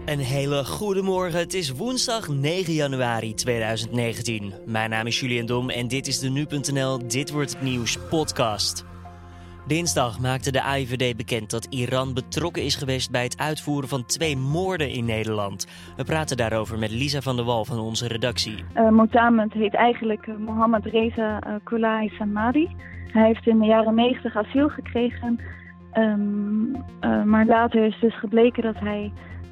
Een hele goede morgen. Het is woensdag 9 januari 2019. Mijn naam is Julian Dom en dit is de Nu.nl Dit Wordt Het Nieuws podcast. Dinsdag maakte de AIVD bekend dat Iran betrokken is geweest bij het uitvoeren van 2 moorden in Nederland. We praten daarover met Lisa van der Wal van onze redactie. Motamed heet eigenlijk Mohammad Reza Kolai Samadi. Hij heeft in de jaren 90 asiel gekregen. Maar later is dus gebleken dat hij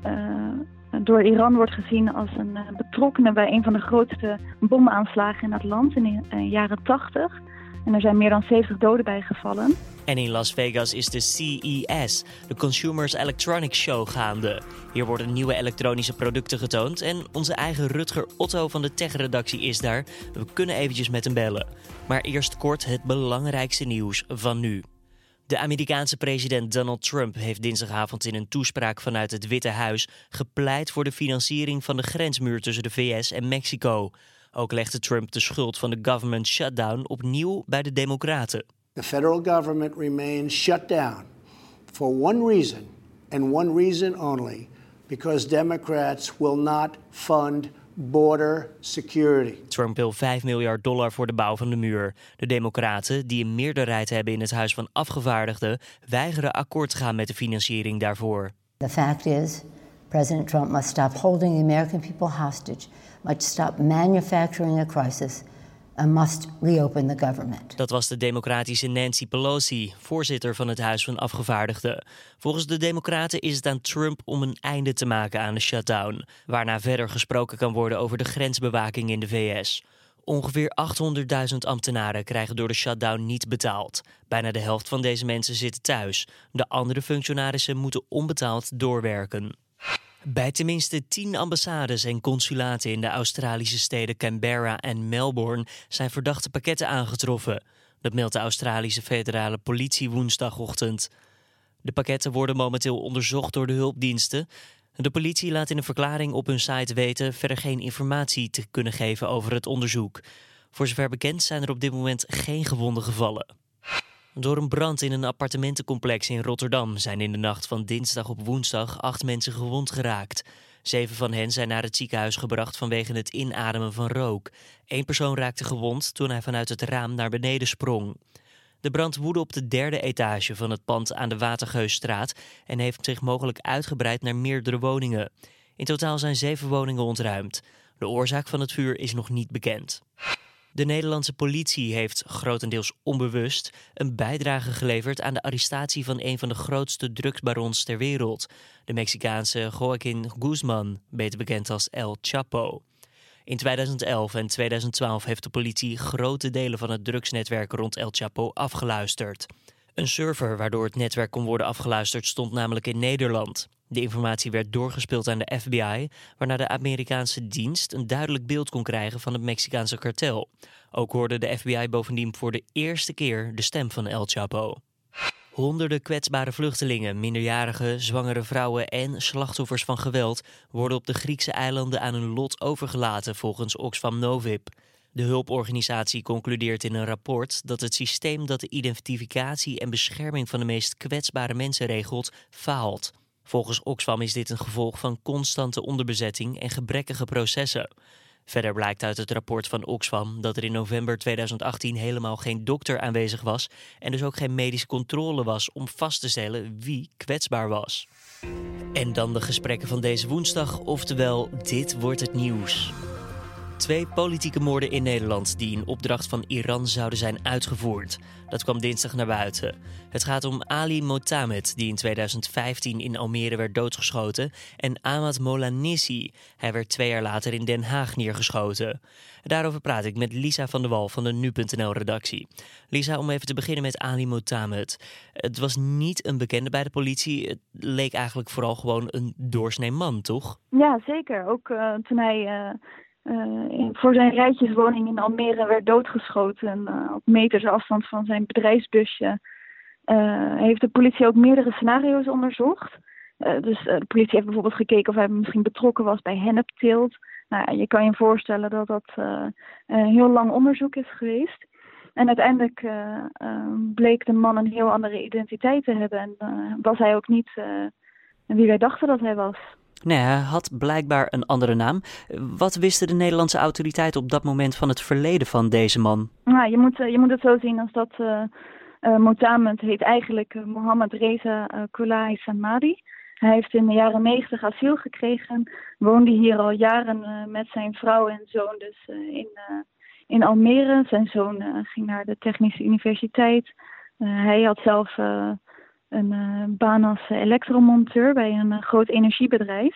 door Iran wordt gezien als een betrokkenen bij een van de grootste bomaanslagen in het land in de jaren 80. En er zijn meer dan 70 doden bij gevallen. En in Las Vegas is de CES, de Consumer Electronics Show, gaande. Hier worden nieuwe elektronische producten getoond en onze eigen Rutger Otto van de tech-redactie is daar. We kunnen eventjes met hem bellen. Maar eerst kort het belangrijkste nieuws van nu. De Amerikaanse president Donald Trump heeft dinsdagavond in een toespraak vanuit het Witte Huis gepleit voor de financiering van de grensmuur tussen de VS en Mexico. Ook legde Trump de schuld van de government shutdown opnieuw bij de Democraten. The federal government remains shut down for one reason and one reason only, because Democrats will not fund border security. Trump wil $5 miljard voor de bouw van de muur. De Democraten, die een meerderheid hebben in het Huis van Afgevaardigden, weigeren akkoord te gaan met de financiering daarvoor. The fact is, President Trump must stop holding the American people hostage, must stop manufacturing a crisis, and must reopen the government. Dat was de democratische Nancy Pelosi, voorzitter van het Huis van Afgevaardigden. Volgens de Democraten is het aan Trump om een einde te maken aan de shutdown, waarna verder gesproken kan worden over de grensbewaking in de VS. Ongeveer 800.000 ambtenaren krijgen door de shutdown niet betaald. Bijna de helft van deze mensen zitten thuis. De andere functionarissen moeten onbetaald doorwerken. Bij tenminste 10 ambassades en consulaten in de Australische steden Canberra en Melbourne zijn verdachte pakketten aangetroffen. Dat meldt de Australische federale politie woensdagochtend. De pakketten worden momenteel onderzocht door de hulpdiensten. De politie laat in een verklaring op hun site weten verder geen informatie te kunnen geven over het onderzoek. Voor zover bekend zijn er op dit moment geen gewonden gevallen. Door een brand in een appartementencomplex in Rotterdam zijn in de nacht van dinsdag op woensdag 8 mensen gewond geraakt. 7 van hen zijn naar het ziekenhuis gebracht vanwege het inademen van rook. 1 persoon raakte gewond toen hij vanuit het raam naar beneden sprong. De brand woedde op de 3e etage van het pand aan de Watergeusstraat en heeft zich mogelijk uitgebreid naar meerdere woningen. In totaal zijn 7 woningen ontruimd. De oorzaak van het vuur is nog niet bekend. De Nederlandse politie heeft, grotendeels onbewust, een bijdrage geleverd aan de arrestatie van een van de grootste drugsbarons ter wereld. De Mexicaanse Joaquín Guzmán, beter bekend als El Chapo. In 2011 en 2012 heeft de politie grote delen van het drugsnetwerk rond El Chapo afgeluisterd. Een server waardoor het netwerk kon worden afgeluisterd stond namelijk in Nederland. De informatie werd doorgespeeld aan de FBI, waarna de Amerikaanse dienst een duidelijk beeld kon krijgen van het Mexicaanse kartel. Ook hoorde de FBI bovendien voor de eerste keer de stem van El Chapo. Honderden kwetsbare vluchtelingen, minderjarigen, zwangere vrouwen en slachtoffers van geweld worden op de Griekse eilanden aan hun lot overgelaten volgens Oxfam Novib. De hulporganisatie concludeert in een rapport dat het systeem dat de identificatie en bescherming van de meest kwetsbare mensen regelt, faalt. Volgens Oxfam is dit een gevolg van constante onderbezetting en gebrekkige processen. Verder blijkt uit het rapport van Oxfam dat er in november 2018 helemaal geen dokter aanwezig was en dus ook geen medische controle was om vast te stellen wie kwetsbaar was. En dan de gesprekken van deze woensdag, oftewel dit wordt het nieuws. 2 politieke moorden in Nederland die in opdracht van Iran zouden zijn uitgevoerd. Dat kwam dinsdag naar buiten. Het gaat om Ali Motamed, die in 2015 in Almere werd doodgeschoten, en Ahmad Molanisi. Hij werd 2 jaar later in Den Haag neergeschoten. Daarover praat ik met Lisa van der Wal van de Nu.nl-redactie. Lisa, om even te beginnen met Ali Motamed. Het was niet een bekende bij de politie. Het leek eigenlijk vooral gewoon een doorsnee man, toch? Ja, zeker. Ook toen hij voor zijn rijtjeswoning in Almere werd doodgeschoten op meters afstand van zijn bedrijfsbusje. Heeft de politie ook meerdere scenario's onderzocht. Dus de politie heeft bijvoorbeeld gekeken of hij misschien betrokken was bij hennepteelt. Nou, je kan je voorstellen dat dat een heel lang onderzoek is geweest. En uiteindelijk bleek de man een heel andere identiteit te hebben. En was hij ook niet wie wij dachten dat hij was. Nee, hij had blijkbaar een andere naam. Wat wisten de Nederlandse autoriteiten op dat moment van het verleden van deze man? Nou, je moet het zo zien als dat Motamed heet eigenlijk Mohammed Reza Kolai Samadi. Hij heeft in de jaren 90 asiel gekregen, woonde hier al jaren met zijn vrouw en zoon dus in Almere. Zijn zoon ging naar de Technische Universiteit. Hij had zelf een baan als elektromonteur bij een groot energiebedrijf.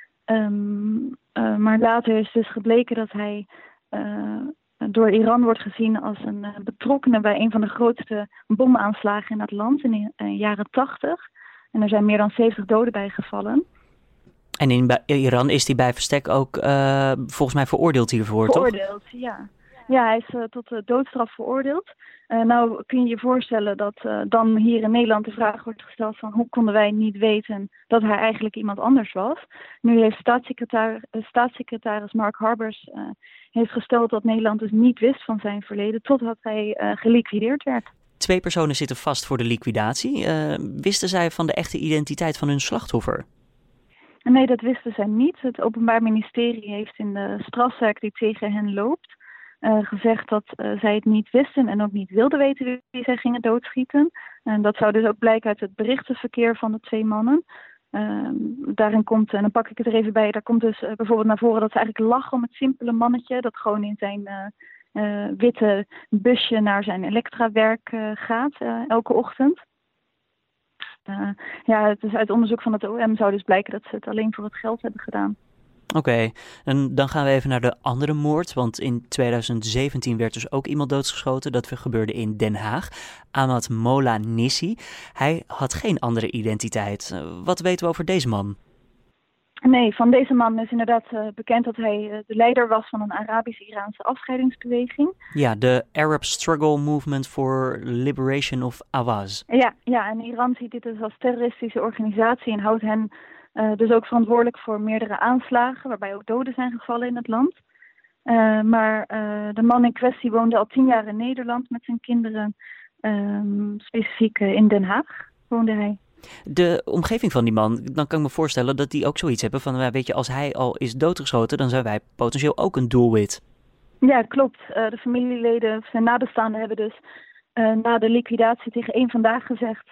Maar later is dus gebleken dat hij door Iran wordt gezien als een betrokkene bij een van de grootste bomaanslagen in het land in de jaren 80. En er zijn meer dan 70 doden bij gevallen. En in Iran is hij bij verstek ook volgens mij veroordeeld hiervoor, toch? Veroordeeld, ja. Ja, hij is tot de doodstraf veroordeeld. Nou kun je je voorstellen dat dan hier in Nederland de vraag wordt gesteld van hoe konden wij niet weten dat hij eigenlijk iemand anders was. Nu heeft staatssecretaris Mark Harbers heeft gesteld dat Nederland dus niet wist van zijn verleden totdat hij geliquideerd werd. 2 personen zitten vast voor de liquidatie. Wisten zij van de echte identiteit van hun slachtoffer? Nee, dat wisten zij niet. Het Openbaar Ministerie heeft in de strafzaak die tegen hen loopt gezegd dat zij het niet wisten en ook niet wilden weten wie zij gingen doodschieten. En dat zou dus ook blijken uit het berichtenverkeer van de 2 mannen. Daarin komt, en dan pak ik het er even bij, daar komt dus bijvoorbeeld naar voren dat ze eigenlijk lachen om het simpele mannetje dat gewoon in zijn witte busje naar zijn elektrawerk gaat elke ochtend. Het is uit onderzoek van het OM zou dus blijken dat ze het alleen voor het geld hebben gedaan. Oké, en dan gaan we even naar de andere moord, want in 2017 werd dus ook iemand doodgeschoten. Dat gebeurde in Den Haag. Ahmad Mola Nissi. Hij had geen andere identiteit. Wat weten we over deze man? Nee, van deze man is inderdaad bekend dat hij de leider was van een Arabisch-Iraanse afscheidingsbeweging. Ja, de Arab Struggle Movement for Liberation of Awaz. Ja, en Iran ziet dit dus als terroristische organisatie en houdt hen dus ook verantwoordelijk voor meerdere aanslagen, waarbij ook doden zijn gevallen in het land. Maar de man in kwestie woonde al 10 jaar in Nederland met zijn kinderen, specifiek in Den Haag woonde hij. De omgeving van die man, dan kan ik me voorstellen dat die ook zoiets hebben van, weet je, als hij al is doodgeschoten, dan zijn wij potentieel ook een doelwit. Ja, klopt. De familieleden, zijn nabestaanden hebben dus na de liquidatie tegen Eén Vandaag gezegd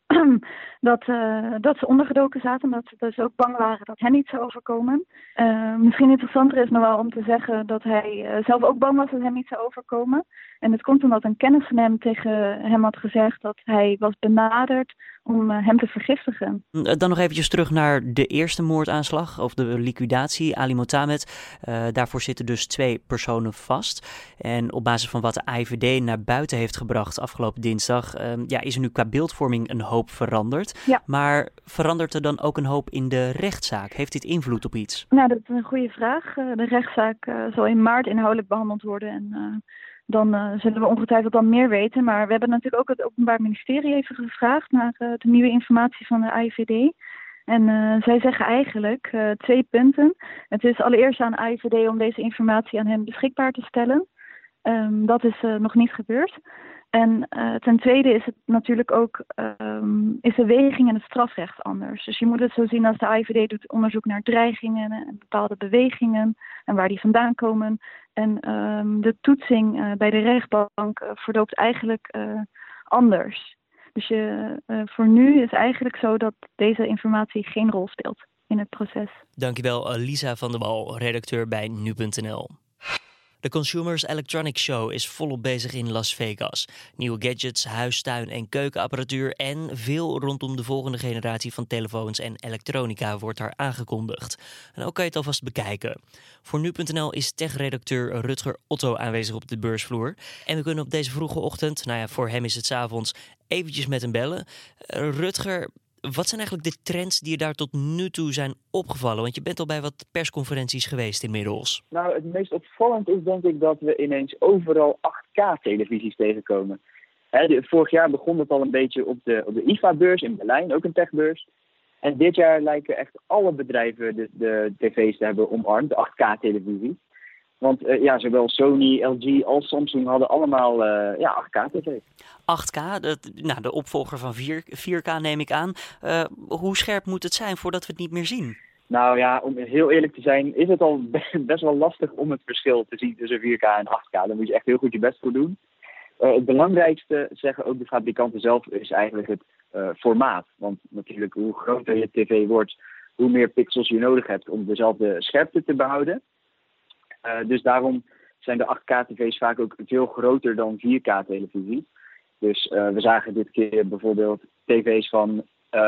dat ze ondergedoken zaten. Dat ze dus ook bang waren dat hen iets zou overkomen. Misschien interessanter is nog wel om te zeggen dat hij zelf ook bang was dat hem iets zou overkomen. En het komt omdat een kennis van hem tegen hem had gezegd dat hij was benaderd om hem te vergiftigen. Dan nog eventjes terug naar de eerste moordaanslag of de liquidatie, Ali Motamed. Daarvoor zitten dus 2 personen vast. En op basis van wat de AIVD naar buiten heeft gebracht afgelopen dinsdag, is er nu qua beeldvorming een hoop veranderd. Ja. Maar verandert er dan ook een hoop in de rechtszaak? Heeft dit invloed op iets? Nou, dat is een goede vraag. De rechtszaak zal in maart inhoudelijk behandeld worden en dan zullen we ongetwijfeld dan meer weten. Maar we hebben natuurlijk ook het Openbaar Ministerie even gevraagd naar de nieuwe informatie van de AIVD. En zij zeggen eigenlijk 2 punten. Het is allereerst aan de AIVD om deze informatie aan hen beschikbaar te stellen. Dat is nog niet gebeurd. En ten tweede is het natuurlijk ook is de weging in het strafrecht anders. Dus je moet het zo zien als de AIVD doet onderzoek naar dreigingen en bepaalde bewegingen en waar die vandaan komen. En de toetsing bij de rechtbank verloopt eigenlijk anders. Dus voor nu is eigenlijk zo dat deze informatie geen rol speelt in het proces. Dankjewel Lisa van der Wal, redacteur bij nu.nl. De Consumers Electronics Show is volop bezig in Las Vegas. Nieuwe gadgets, huistuin- en keukenapparatuur en veel rondom de volgende generatie van telefoons en elektronica wordt daar aangekondigd. En ook kan je het alvast bekijken. Voor nu.nl is tech-redacteur Rutger Otto aanwezig op de beursvloer. En we kunnen op deze vroege ochtend, voor hem is het 's avonds, eventjes met hem bellen. Rutger, wat zijn eigenlijk de trends die je daar tot nu toe zijn opgevallen? Want je bent al bij wat persconferenties geweest inmiddels. Nou, het meest opvallend is denk ik dat we ineens overal 8K-televisies tegenkomen. Vorig jaar begon het al een beetje op de IFA-beurs in Berlijn, ook een techbeurs. En dit jaar lijken echt alle bedrijven de tv's te hebben omarmd, de 8K-televisie. Want zowel Sony, LG als Samsung hadden allemaal 8K-tv's. 8K, de opvolger van 4K neem ik aan. Hoe scherp moet het zijn voordat we het niet meer zien? Nou ja, om heel eerlijk te zijn, is het al best wel lastig om het verschil te zien tussen 4K en 8K. Daar moet je echt heel goed je best voor doen. Het belangrijkste, zeggen ook de fabrikanten zelf, is eigenlijk het formaat. Want natuurlijk, hoe groter je tv wordt, hoe meer pixels je nodig hebt om dezelfde scherpte te behouden. Dus daarom zijn de 8K-tv's vaak ook veel groter dan 4K-televisie. Dus we zagen dit keer bijvoorbeeld tv's van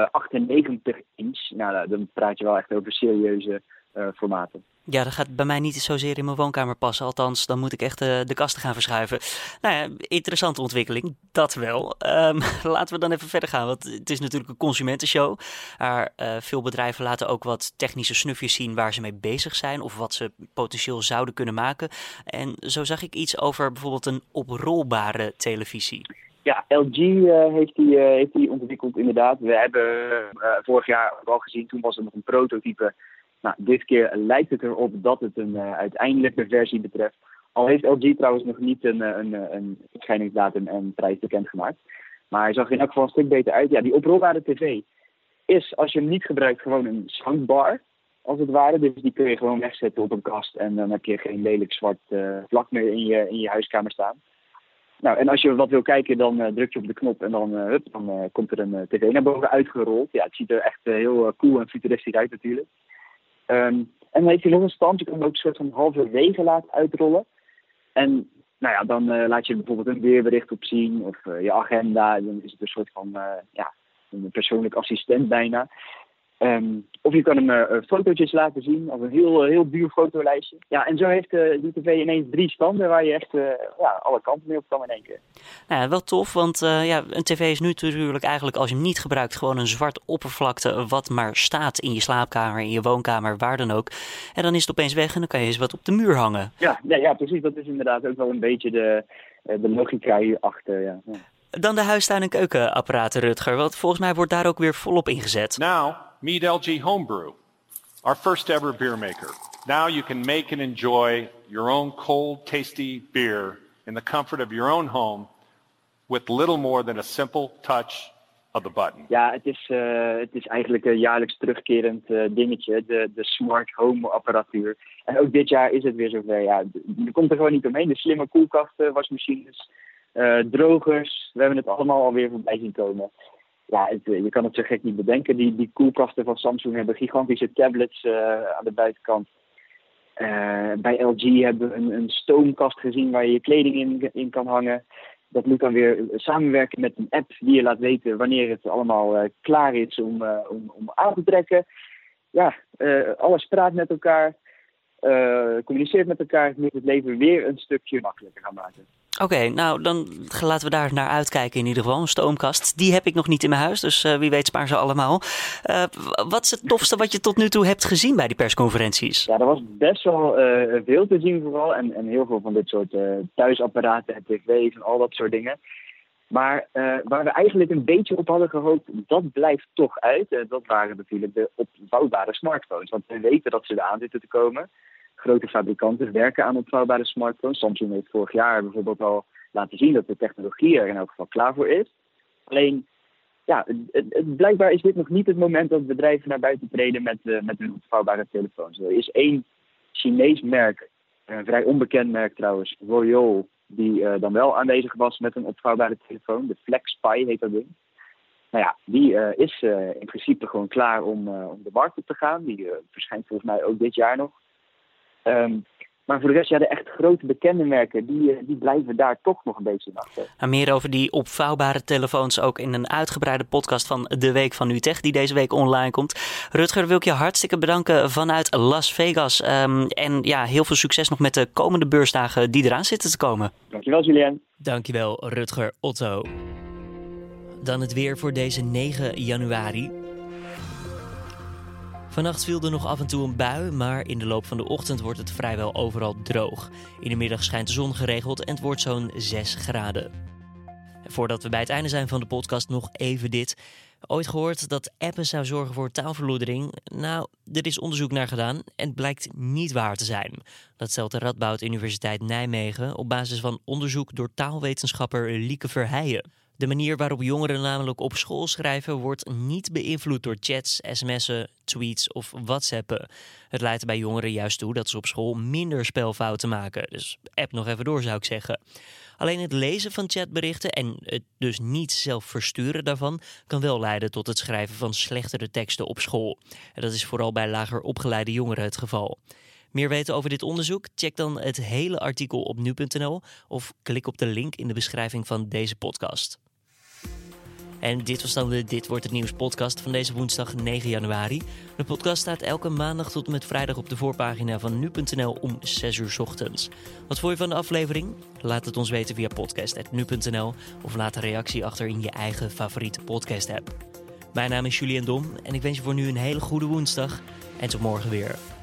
98 inch. Nou, dan praat je wel echt over serieuze formaten. Ja, dat gaat bij mij niet zozeer in mijn woonkamer passen. Althans, dan moet ik echt de kasten gaan verschuiven. Nou ja, interessante ontwikkeling. Dat wel. Laten we dan even verder gaan. Want het is natuurlijk een consumentenshow. Maar veel bedrijven laten ook wat technische snufjes zien waar ze mee bezig zijn. Of wat ze potentieel zouden kunnen maken. En zo zag ik iets over bijvoorbeeld een oprolbare televisie. Ja, LG heeft die ontwikkeld inderdaad. We hebben vorig jaar ook al gezien, toen was het nog een prototype. Nou, dit keer lijkt het erop dat het een uiteindelijke versie betreft. Al heeft LG trouwens nog niet een verschijningsdatum en prijs bekendgemaakt. Maar hij zag er in elk geval een stuk beter uit. Ja, die oprolbare tv is, als je hem niet gebruikt, gewoon een soundbar, als het ware. Dus die kun je gewoon wegzetten op een kast en dan heb je geen lelijk zwart vlak meer in je huiskamer staan. Nou, en als je wat wil kijken, dan druk je op de knop en dan komt er een tv naar boven uitgerold. Ja, het ziet er echt heel cool en futuristisch uit natuurlijk. En dan heeft hij nog een stand. Je kan hem ook een soort van halverwege laten uitrollen. En nou ja, dan laat je bijvoorbeeld een weerbericht op zien of je agenda. Dan is het een soort van een persoonlijk assistent bijna. Of je kan hem fotootjes laten zien, als een heel duur fotolijstje. Ja, en zo heeft die tv ineens 3 standen waar je echt alle kanten mee op kan in één keer. Nou, wel tof, want een tv is nu natuurlijk eigenlijk, als je hem niet gebruikt, gewoon een zwart oppervlakte wat maar staat in je slaapkamer, in je woonkamer, waar dan ook. En dan is het opeens weg en dan kan je eens wat op de muur hangen. Ja, precies. Dat is inderdaad ook wel een beetje de logica hierachter, ja. Dan de huistuin- en keukenapparaten, Rutger, want volgens mij wordt daar ook weer volop ingezet. Now, meet LG Homebrew, our first ever beer maker. Now you can make and enjoy your own cold, tasty beer in the comfort of your own home with little more than a simple touch of the button. Ja, het is eigenlijk een jaarlijks terugkerend dingetje, de smart home apparatuur. En ook dit jaar is het weer zover. Ja, er komt er gewoon niet omheen. De slimme koelkasten, wasmachines, drogers, we hebben het allemaal alweer voorbij zien komen. Ja, je kan het zo gek niet bedenken. Die koelkasten van Samsung hebben gigantische tablets aan de buitenkant. Bij LG hebben we een stoomkast gezien waar je je kleding in kan hangen. Dat moet dan weer samenwerken met een app die je laat weten wanneer het allemaal klaar is om aan te trekken. Ja, alles praat met elkaar, communiceert met elkaar. Het moet het leven weer een stukje makkelijker gaan maken. Oké, nou dan laten we daar naar uitkijken in ieder geval. Een stoomkast, die heb ik nog niet in mijn huis, dus wie weet spaar ze allemaal. Wat is het tofste wat je tot nu toe hebt gezien bij die persconferenties? Ja, er was best wel veel te zien vooral. En heel veel van dit soort thuisapparaten en tv's en al dat soort dingen. Maar waar we eigenlijk een beetje op hadden gehoopt, dat blijft toch uit. Dat waren natuurlijk de opvouwbare smartphones. Want we weten dat ze eraan zitten te komen. Grote fabrikanten werken aan opvouwbare smartphones. Samsung heeft vorig jaar bijvoorbeeld al laten zien dat de technologie er in elk geval klaar voor is. Alleen, ja, blijkbaar is dit nog niet het moment dat bedrijven naar buiten treden met hun opvouwbare telefoons. Er is 1 Chinees merk, een vrij onbekend merk trouwens, Royole, die dan wel aanwezig was met een opvouwbare telefoon. De FlexPi heet dat ding. Nou ja, die is in principe gewoon klaar om de markt op te gaan. Die verschijnt volgens mij ook dit jaar nog. Maar voor de rest, ja, de echt grote bekende merken, die blijven daar toch nog een beetje in achter. Nou, meer over die opvouwbare telefoons ook in een uitgebreide podcast van De Week van NuTech, die deze week online komt. Rutger, wil ik je hartstikke bedanken vanuit Las Vegas. En ja, heel veel succes nog met de komende beursdagen die eraan zitten te komen. Dankjewel, Julien. Dankjewel, Rutger Otto. Dan het weer voor deze 9 januari. Vannacht viel er nog af en toe een bui, maar in de loop van de ochtend wordt het vrijwel overal droog. In de middag schijnt de zon geregeld en het wordt zo'n 6 graden. Voordat we bij het einde zijn van de podcast nog even dit. Ooit gehoord dat appen zou zorgen voor taalverloedering? Nou, er is onderzoek naar gedaan en het blijkt niet waar te zijn. Dat stelt de Radboud Universiteit Nijmegen op basis van onderzoek door taalwetenschapper Lieke Verheijen. De manier waarop jongeren namelijk op school schrijven wordt niet beïnvloed door chats, sms'en, tweets of whatsappen. Het leidt bij jongeren juist toe dat ze op school minder spelfouten maken. Dus app nog even door, zou ik zeggen. Alleen het lezen van chatberichten en het dus niet zelf versturen daarvan kan wel leiden tot het schrijven van slechtere teksten op school. En dat is vooral bij lager opgeleide jongeren het geval. Meer weten over dit onderzoek? Check dan het hele artikel op nu.nl of klik op de link in de beschrijving van deze podcast. En dit was dan de Dit Wordt Het Nieuws podcast van deze woensdag 9 januari. De podcast staat elke maandag tot en met vrijdag op de voorpagina van nu.nl om 6 uur 's ochtends. Wat vond je van de aflevering? Laat het ons weten via podcast@nu.nl of laat een reactie achter in je eigen favoriete podcast app. Mijn naam is Julien Dom en ik wens je voor nu een hele goede woensdag en tot morgen weer.